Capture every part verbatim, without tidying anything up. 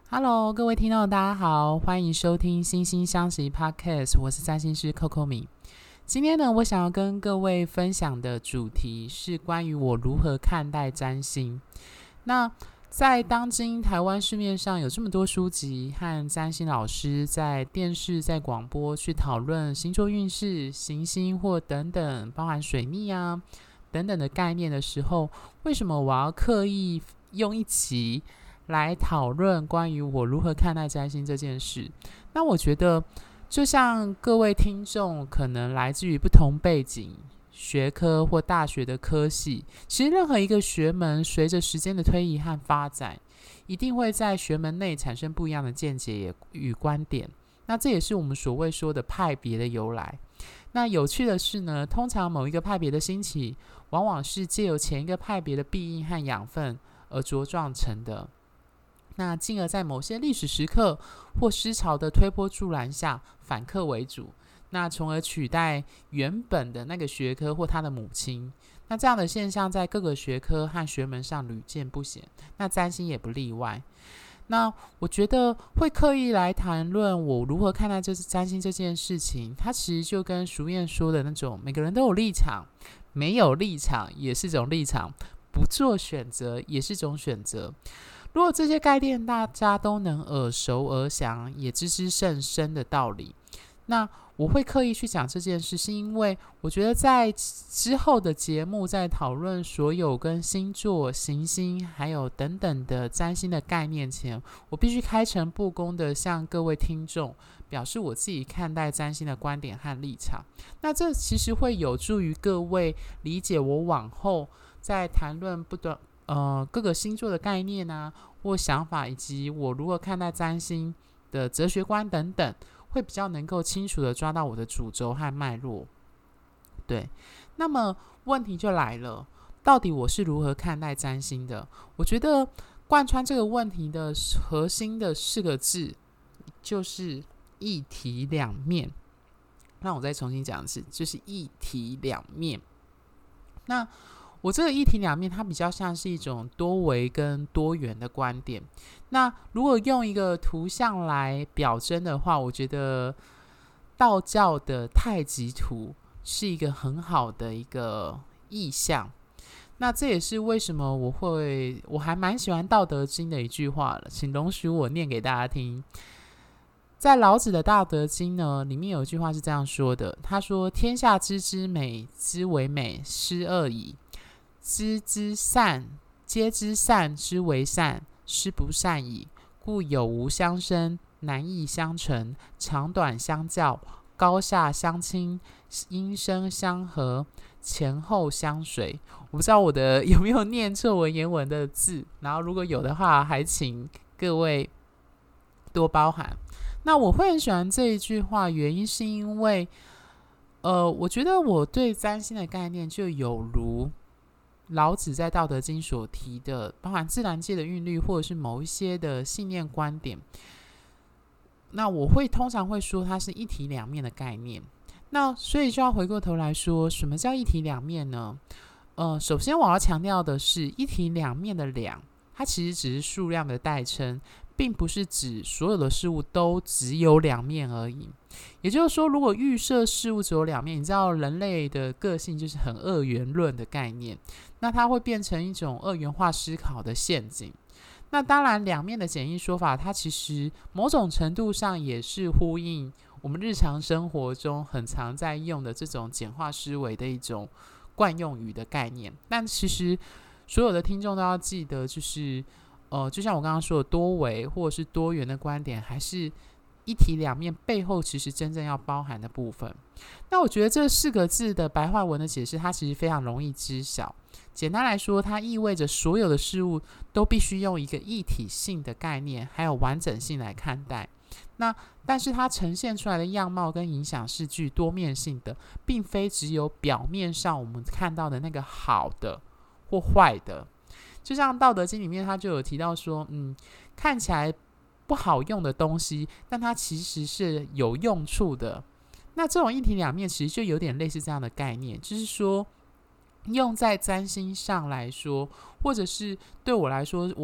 Hello，各位听众，大家好，欢迎收听惺惺相惜 Podcast， 我是占星师 Coco 米。今天呢，我想要跟各位分享的主题是关于我如何看待占星。那在当今台湾市面上有这么多书籍和占星老师在电视、在广播去讨论星座运势、行星或等等，包含水逆啊等等的概念的时候，为什么我要刻意用一集来讨论关于我如何看待占星这件事？那我觉得就像各位听众可能来自于不同背景、学科或大学的科系，其实任何一个学门随着时间的推移和发展，一定会在学门内产生不一样的见解与观点。那这也是我们所谓说的派别的由来。那有趣的是呢，通常某一个派别的兴起，往往是借由前一个派别的庇荫和养分而茁壮成的。那进而在某些历史时刻或思潮的推波助澜下反客为主，那从而取代原本的那个学科或他的母亲。那这样的现象在各个学科和学门上屡见不鲜，那占星也不例外。那我觉得会刻意来谈论我如何看待这占星这件事情，它其实就跟俗谚说的那种每个人都有立场，没有立场也是种立场，不做选择也是种选择。如果这些概念大家都能耳熟而详，也知之甚深的道理，那我会刻意去讲这件事，是因为我觉得在之后的节目在讨论所有跟星座、行星还有等等的占星的概念前，我必须开诚布公的向各位听众表示我自己看待占星的观点和立场。那这其实会有助于各位理解我往后在谈论不断呃，各个星座的概念啊，或想法，以及我如何看待占星的哲学观等等，会比较能够清楚的抓到我的主轴和脉络。对，那么问题就来了，到底我是如何看待占星的？我觉得贯穿这个问题的核心的四个字，就是一体两面。让我再重新讲一次，就是一体两面。那我这个一体两面，它比较像是一种多维跟多元的观点。那如果用一个图像来表征的话，我觉得道教的太极图是一个很好的一个意象。那这也是为什么我会我还蛮喜欢《道德经》的一句话了，请容许我念给大家听。在老子的《道德经》呢，里面有一句话是这样说的，他说：“天下之之美之为美，斯恶已。知之善，皆知善之为善，斯不善已。故有无相生，难易相成，长短相较，高下相倾，音声相和，前后相随。”我不知道我的有没有念错文言文的字，然后如果有的话，还请各位多包涵。那我会很喜欢这一句话，原因是因为，呃，我觉得我对占星的概念就有如老子在《道德经》所提的，包含自然界的韵律，或者是某一些的信念观点。那我会通常会说它是一体两面的概念。那所以就要回过头来说，什么叫一体两面呢？呃，首先我要强调的是，一体两面的两，它其实只是数量的代称，并不是指所有的事物都只有两面而已。也就是说，如果预设事物只有两面，你知道人类的个性就是很二元论的概念，那它会变成一种二元化思考的陷阱。那当然，两面的简易说法，它其实某种程度上也是呼应我们日常生活中很常在用的这种简化思维的一种惯用语的概念。但其实所有的听众都要记得，就是呃，就像我刚刚说的多维或者是多元的观点，还是一体两面背后其实真正要包含的部分。那我觉得这四个字的白话文的解释，它其实非常容易知晓。简单来说，它意味着所有的事物都必须用一个一体性的概念还有完整性来看待。那但是它呈现出来的样貌跟影响是具多面性的，并非只有表面上我们看到的那个好的或坏的。就像《道德经》里面，他就有提到说，嗯，看起来不好用的东西，但它其实是有用处的。那这种一体两面，其实就有点类似这样的概念，就是说，用在占星上来说，或者是对我来说，我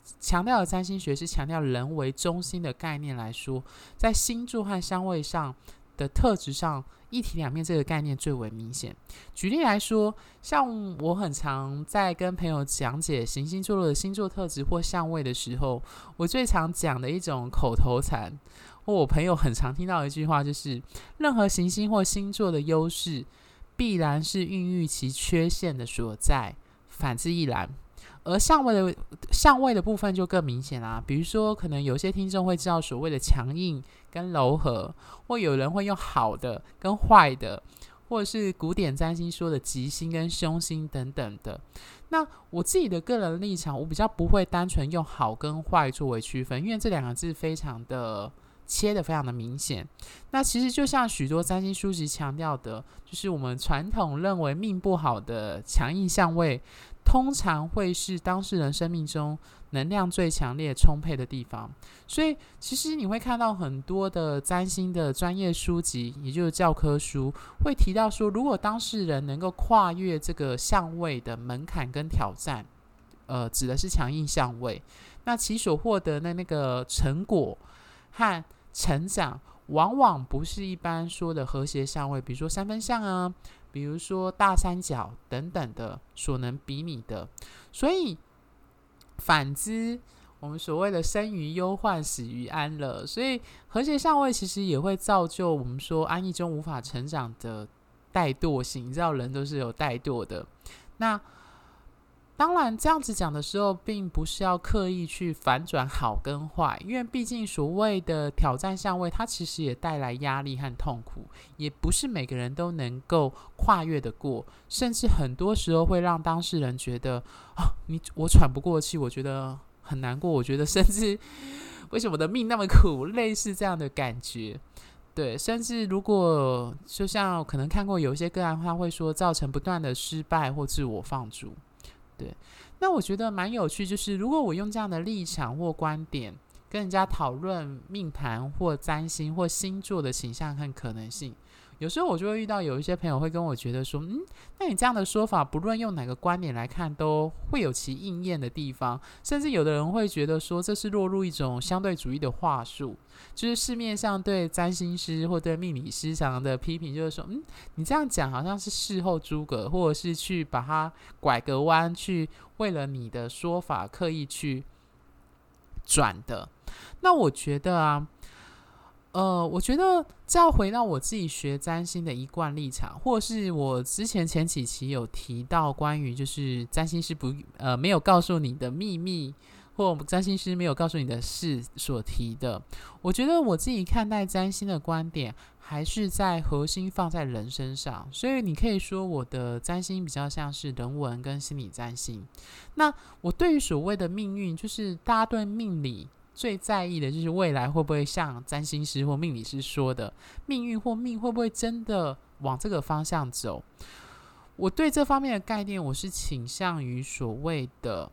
强调的占星学是强调人为中心的概念来说，在星座和相位上的特质上，一体两面这个概念最为明显。举例来说，像我很常在跟朋友讲解行星座的星座特质或相位的时候，我最常讲的一种口头禅，或我朋友很常听到的一句话，就是任何行星或星座的优势必然是孕育其缺陷的所在，反之亦然。而相位的相位的部分就更明显啦，比如说可能有些听众会知道所谓的强硬跟柔和，或有人会用好的跟坏的，或者是古典占星说的吉星跟凶星等等的。那我自己的个人立场，我比较不会单纯用好跟坏作为区分，因为这两个字非常的切得非常的明显。那其实就像许多占星书籍强调的，就是我们传统认为命不好的强硬相位，通常会是当事人生命中能量最强烈充沛的地方。所以其实你会看到很多的占星的专业书籍，也就是教科书，会提到说，如果当事人能够跨越这个相位的门槛跟挑战，呃，指的是强硬相位，那其所获得的那个成果和成长往往不是一般说的和谐相位，比如说三分相啊，比如说大三角等等的所能比拟的。所以反之，我们所谓的生于忧患，死于安乐，所以和谐相位其实也会造就我们说安逸中无法成长的怠惰性。你知道人都是有怠惰的，那当然这样子讲的时候，并不是要刻意去反转好跟坏，因为毕竟所谓的挑战相位，它其实也带来压力和痛苦，也不是每个人都能够跨越得过，甚至很多时候会让当事人觉得啊，你我喘不过气，我觉得很难过，我觉得甚至为什么我的命那么苦，类似这样的感觉。对，甚至如果就像可能看过有一些个案，他会说造成不断的失败或自我放逐。对，那我觉得蛮有趣，就是如果我用这样的立场或观点跟人家讨论命盘或占星或星座的倾向和可能性，有时候我就会遇到有一些朋友会跟我觉得说，嗯，那你这样的说法，不论用哪个观点来看，都会有其应验的地方，甚至有的人会觉得说，这是落入一种相对主义的话术，就是市面上对占星师或对命理师常的批评，就是说，嗯，你这样讲好像是事后诸葛，或者是去把它拐个弯，去为了你的说法刻意去转的。那我觉得啊，呃，我觉得这要回到我自己学占星的一贯立场，或是我之前前几期有提到关于就是占星师不呃没有告诉你的秘密，或占星师没有告诉你的事所提的。我觉得我自己看待占星的观点，还是在核心放在人身上，所以你可以说我的占星比较像是人文跟心理占星。那我对于所谓的命运，就是大家对命理最在意的就是未来会不会像占星师或命理师说的，命运或命会不会真的往这个方向走。我对这方面的概念，我是倾向于所谓的，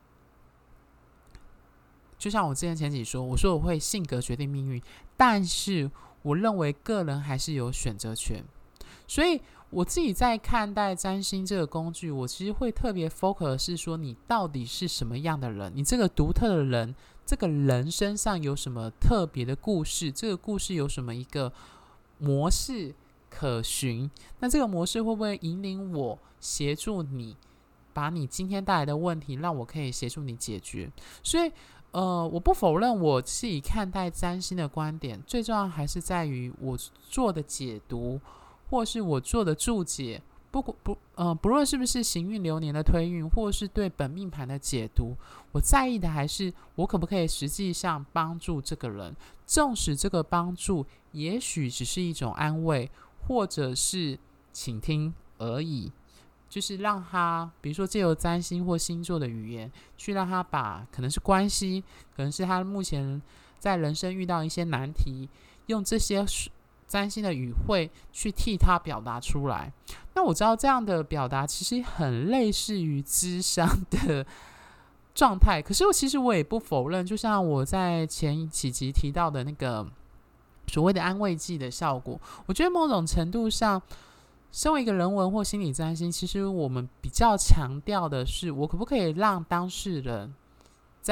就像我之前前几说，我说我会性格决定命运，但是我认为个人还是有选择权。所以我自己在看待占星这个工具，我其实会特别 focus 是说，你到底是什么样的人，你这个独特的人，这个人身上有什么特别的故事，这个故事有什么一个模式可循，那这个模式会不会引领我协助你把你今天带来的问题让我可以协助你解决。所以呃，我不否认我自己看待占星的观点，最重要还是在于我做的解读，或是我做的注解，不不呃，不论是不是行运流年的推运，或是对本命盘的解读，我在意的还是我可不可以实际上帮助这个人，纵使这个帮助也许只是一种安慰，或者是倾听而已。就是让他比如说借由占星或星座的语言，去让他把可能是关系，可能是他目前在人生遇到一些难题，用这些占星的语汇去替他表达出来。那我知道这样的表达其实很类似于諮商的状态，可是我其实我也不否认，就像我在前几集提到的那个所谓的安慰剂的效果，我觉得某种程度上，身为一个人文或心理占星，其实我们比较强调的是，我可不可以让当事人在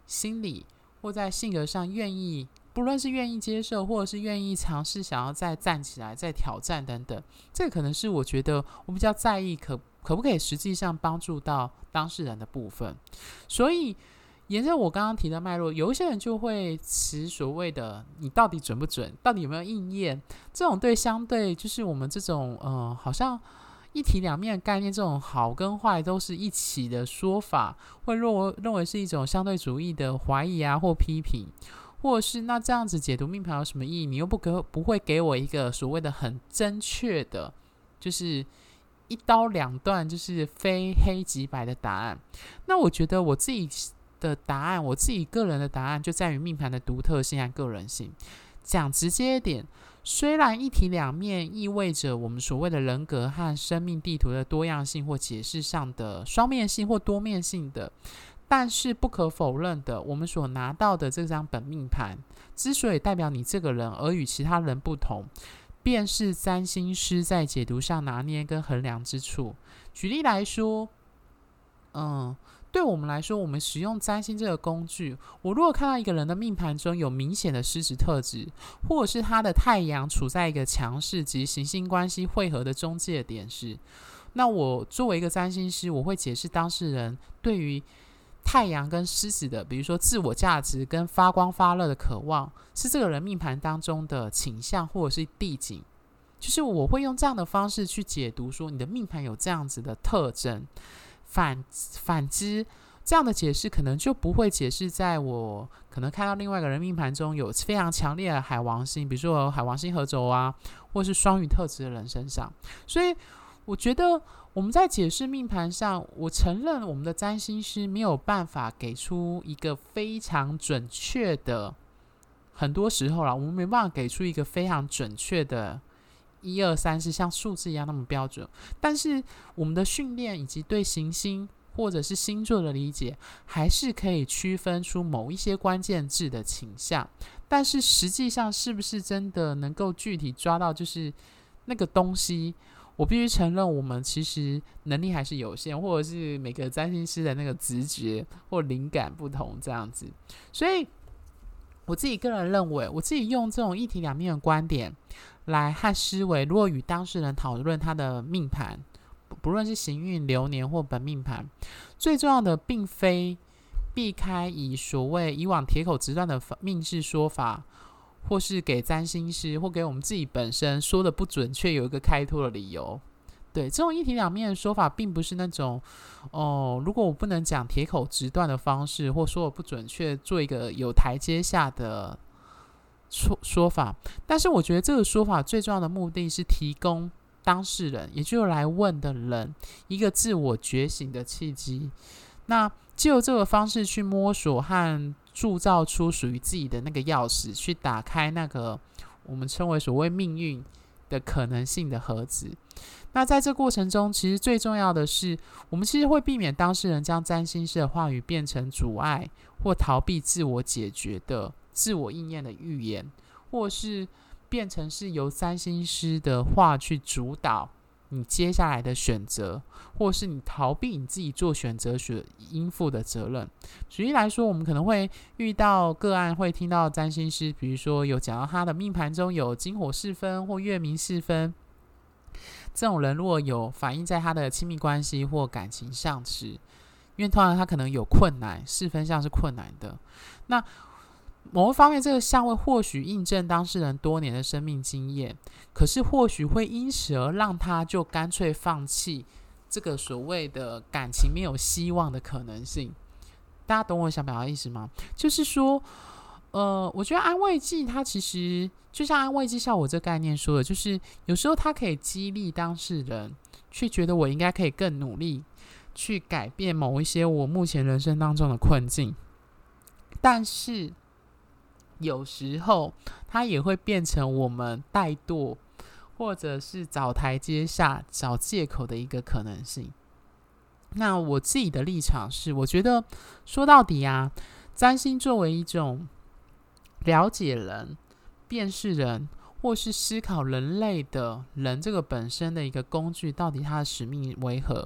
心理或在性格上愿意，不论是愿意接受，或者是愿意尝试想要再站起来再挑战等等，这个可能是我觉得我比较在意可可不可以实际上帮助到当事人的部分。所以沿着我刚刚提的脉络，有一些人就会持所谓的你到底准不准，到底有没有应验，这种对相对就是我们这种呃好像一体两面的概念，这种好跟坏都是一起的说法，会认为是一种相对主义的怀疑啊或批评，或者是那这样子解读命盘有什么意义？你又不给不会给我一个所谓的很正确的，就是一刀两断，就是非黑即白的答案。那我觉得我自己的答案，我自己个人的答案就在于命盘的独特性和个人性。讲直接一点，虽然一体两面意味着我们所谓的人格和生命地图的多样性或解释上的双面性或多面性的，但是不可否认的，我们所拿到的这张本命盘之所以代表你这个人而与其他人不同，便是占星师在解读上拿捏跟衡量之处。举例来说，嗯对我们来说，我们使用占星这个工具，我如果看到一个人的命盘中有明显的狮子特质，或者是他的太阳处在一个强势及行星关系汇合的中介点时，那我作为一个占星师，我会解释当事人对于太阳跟狮子的，比如说自我价值跟发光发热的渴望，是这个人命盘当中的倾向或者是地景，就是我会用这样的方式去解读说你的命盘有这样子的特征。反反之，这样的解释可能就不会解释在我可能看到另外一个人命盘中有非常强烈的海王星，比如说有海王星合轴啊，或是双鱼特质的人身上。所以我觉得我们在解释命盘上，我承认我们的占星师没有办法给出一个非常准确的，很多时候啦，我们没办法给出一个非常准确的一二三是像数字一样那么标准，但是我们的训练以及对行星或者是星座的理解，还是可以区分出某一些关键字的倾向，但是实际上是不是真的能够具体抓到就是那个东西，我必须承认我们其实能力还是有限，或者是每个占星师的那个直觉或灵感不同这样子。所以我自己个人认为，我自己用这种一体两面的观点来和思维，如果与当事人讨论他的命盘，不论是行运、流年或本命盘，最重要的并非避开以所谓以往铁口直断的命制说法，或是给占星师或给我们自己本身说的不准确有一个开脱的理由。对，这种一体两面的说法并不是那种哦，如果我不能讲铁口直断的方式，或说我不准确，做一个有台阶下的说说法。但是我觉得这个说法最重要的目的是提供当事人，也就是来问的人一个自我觉醒的契机。那藉由这个方式去摸索和铸造出属于自己的那个钥匙，去打开那个我们称为所谓命运的可能性的盒子。那在这过程中，其实最重要的是，我们其实会避免当事人将占星师的话语变成阻碍或逃避自我解决的自我应验的预言，或是变成是由占星师的话去主导你接下来的选择，或是你逃避你自己做选择所应负的责任。举例来说，我们可能会遇到个案，会听到占星师比如说有讲到他的命盘中有金火四分或月冥四分，这种人如果有反映在他的亲密关系或感情上时，因为通常他可能有困难，四分相是困难的，那某一方面这个相位或许印证当事人多年的生命经验，可是或许会因此而让他就干脆放弃这个所谓的感情没有希望的可能性。大家懂我想表达的意思吗？就是说呃，我觉得安慰剂它其实就像安慰剂效果这概念说的，就是有时候它可以激励当事人去觉得我应该可以更努力去改变某一些我目前人生当中的困境，但是有时候它也会变成我们怠惰或者是找台阶下找借口的一个可能性。那我自己的立场是，我觉得说到底啊，占星作为一种了解人、辨识人，或是思考人类的人这个本身的一个工具，到底它的使命为何？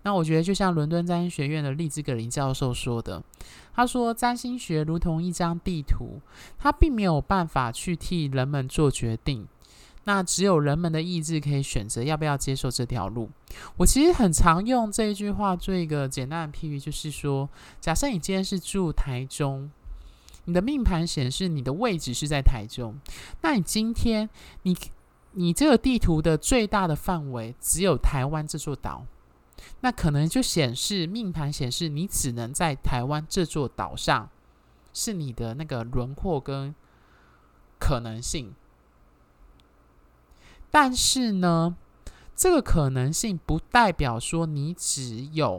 那我觉得就像伦敦占星学院的利兹格林教授说的，他说占星学如同一张地图，它并没有办法去替人们做决定，那只有人们的意志可以选择要不要接受这条路。我其实很常用这一句话做一个简单的譬喻，就是说，假设你今天是住台中，你的命盘显示你的位置是在台中，那你今天你你这个地图的最大的范围只有台湾这座岛，那可能就显示命盘显示你只能在台湾这座岛上，是你的那个轮廓跟可能性。但是呢，这个可能性不代表说你只有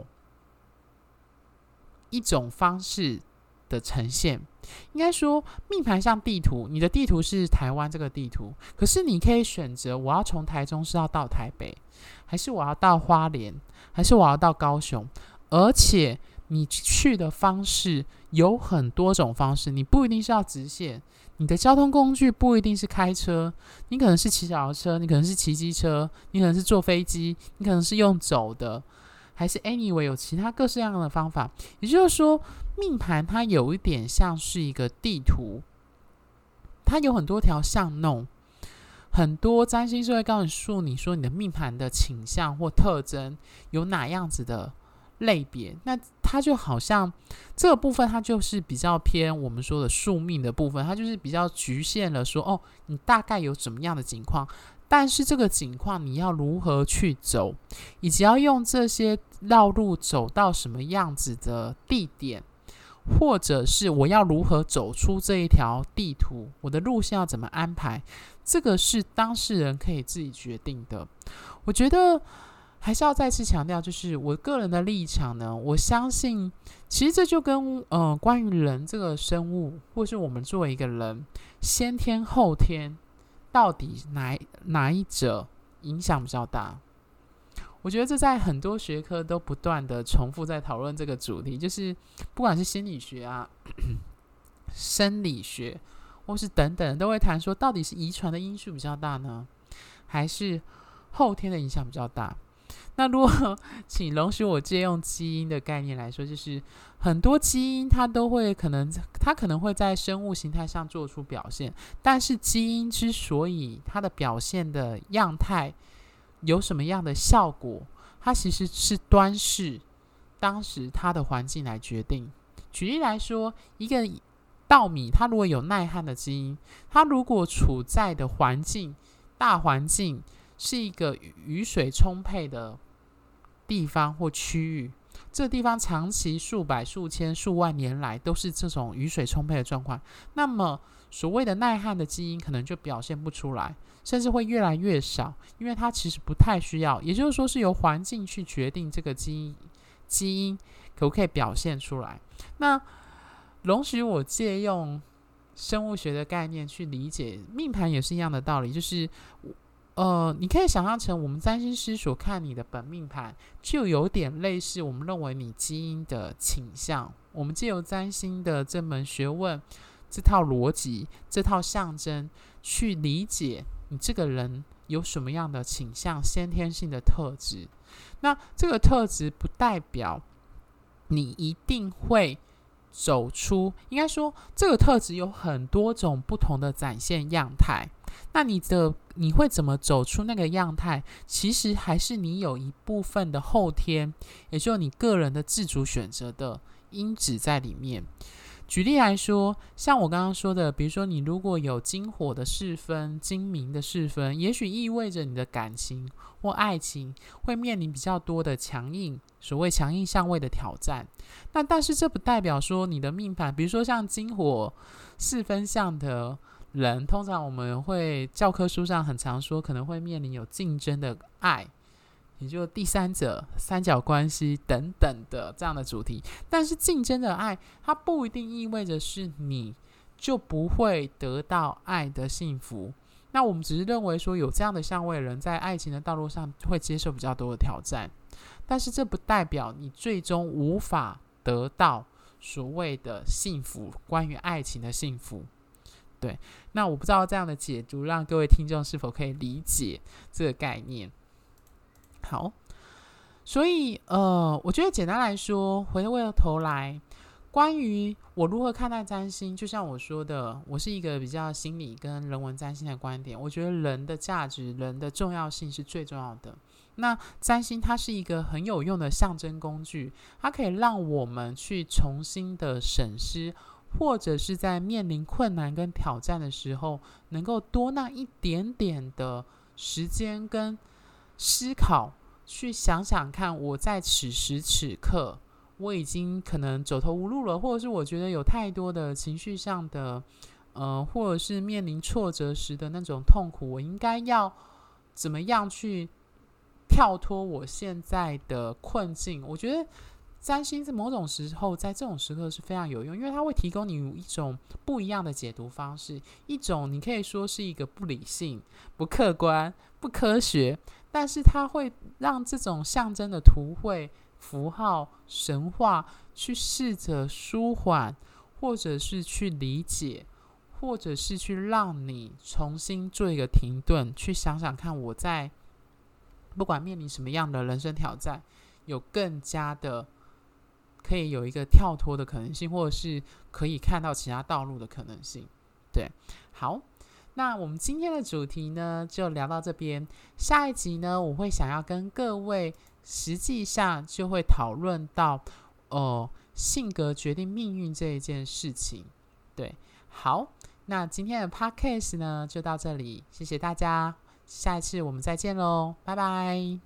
一种方式的呈现。应该说，命盘像地图，你的地图是台湾这个地图，可是你可以选择我要从台中是要到台北，还是我要到花莲，还是我要到高雄，而且你去的方式有很多种方式，你不一定是要直线，你的交通工具不一定是开车，你可能是骑脚踏车，你可能是骑机车，你可能是坐飞机，你可能是用走的，还是 anyway 有其他各式各样的方法。也就是说，命盘它有一点像是一个地图，它有很多条巷弄，很多占星师会告诉你说你的命盘的倾向或特征有哪样子的类别，那它就好像这个部分它就是比较偏我们说的宿命的部分，它就是比较局限了说哦，你大概有怎么样的情况，但是这个情况你要如何去走，以及要用这些绕路走到什么样子的地点，或者是我要如何走出这一条地图，我的路线要怎么安排，这个是当事人可以自己决定的。我觉得还是要再次强调，就是我个人的立场呢，我相信其实这就跟呃关于人这个生物，或是我们作为一个人，先天后天到底哪哪一者影响比较大。我觉得这在很多学科都不断的重复在讨论这个主题，就是不管是心理学啊、生理学，或是等等，都会谈说到底是遗传的因素比较大呢，还是后天的影响比较大。那如果请容许我借用基因的概念来说，就是很多基因它都会可能它可能会在生物形态上做出表现，但是基因之所以它的表现的样态有什么样的效果，它其实是端视当时它的环境来决定。举例来说，一个稻米它如果有耐旱的基因，它如果处在的环境大环境是一个雨水充沛的地方或区域，这个地方长期数百数千数万年来都是这种雨水充沛的状况，那么所谓的耐旱的基因可能就表现不出来，甚至会越来越少，因为它其实不太需要，也就是说是由环境去决定这个基因基因可不可以表现出来。那容许我借用生物学的概念去理解命盘也是一样的道理，就是呃，你可以想象成我们占星师所看你的本命盘，就有点类似我们认为你基因的倾向。我们借由占星的这门学问、这套逻辑、这套象征，去理解你这个人有什么样的倾向、先天性的特质。那这个特质不代表你一定会走出，应该说这个特质有很多种不同的展现样态。那你的你会怎么走出那个样态，其实还是你有一部分的后天，也就是你个人的自主选择的因子在里面。举例来说，像我刚刚说的，比如说你如果有金火的四分、金冥的四分，也许意味着你的感情或爱情会面临比较多的强硬，所谓强硬相位的挑战。那但是这不代表说你的命盘，比如说像金火四分相的人，通常我们会教科书上很常说可能会面临有竞争的爱，也就是第三者、三角关系等等的这样的主题。但是竞争的爱它不一定意味着是你就不会得到爱的幸福。那我们只是认为说有这样的相位的人在爱情的道路上会接受比较多的挑战，但是这不代表你最终无法得到所谓的幸福，关于爱情的幸福。对，那我不知道这样的解读让各位听众是否可以理解这个概念。好， 所以呃，我觉得简单来说，回过头来，关于我如何看待占星，就像我说的，我是一个比较心理跟人文占星的观点。我觉得人的价值、人的重要性是最重要的。那占星它是一个很有用的象征工具，它可以让我们去重新的审视，或者是在面临困难跟挑战的时候，能够多那一点点的时间跟思考，去想想看，我在此时此刻。我已经可能走投无路了，或者是我觉得有太多的情绪上的，呃，或者是面临挫折时的那种痛苦，我应该要怎么样去跳脱我现在的困境？我觉得占星在某种时候，在这种时刻是非常有用，因为它会提供你一种不一样的解读方式，一种你可以说是一个不理性、不客观、不科学，但是它会让这种象征的图绘。符号、神话，去试着舒缓，或者是去理解，或者是去让你重新做一个停顿，去想想看，我在不管面临什么样的人生挑战，有更加的可以有一个跳脱的可能性，或者是可以看到其他道路的可能性。对，好。那我们今天的主题呢，就聊到这边。下一集呢，我会想要跟各位。实际上就会讨论到，呃，性格决定命运这一件事情。对，好，那今天的 podcast 呢就到这里，谢谢大家，下一次我们再见喽，拜拜。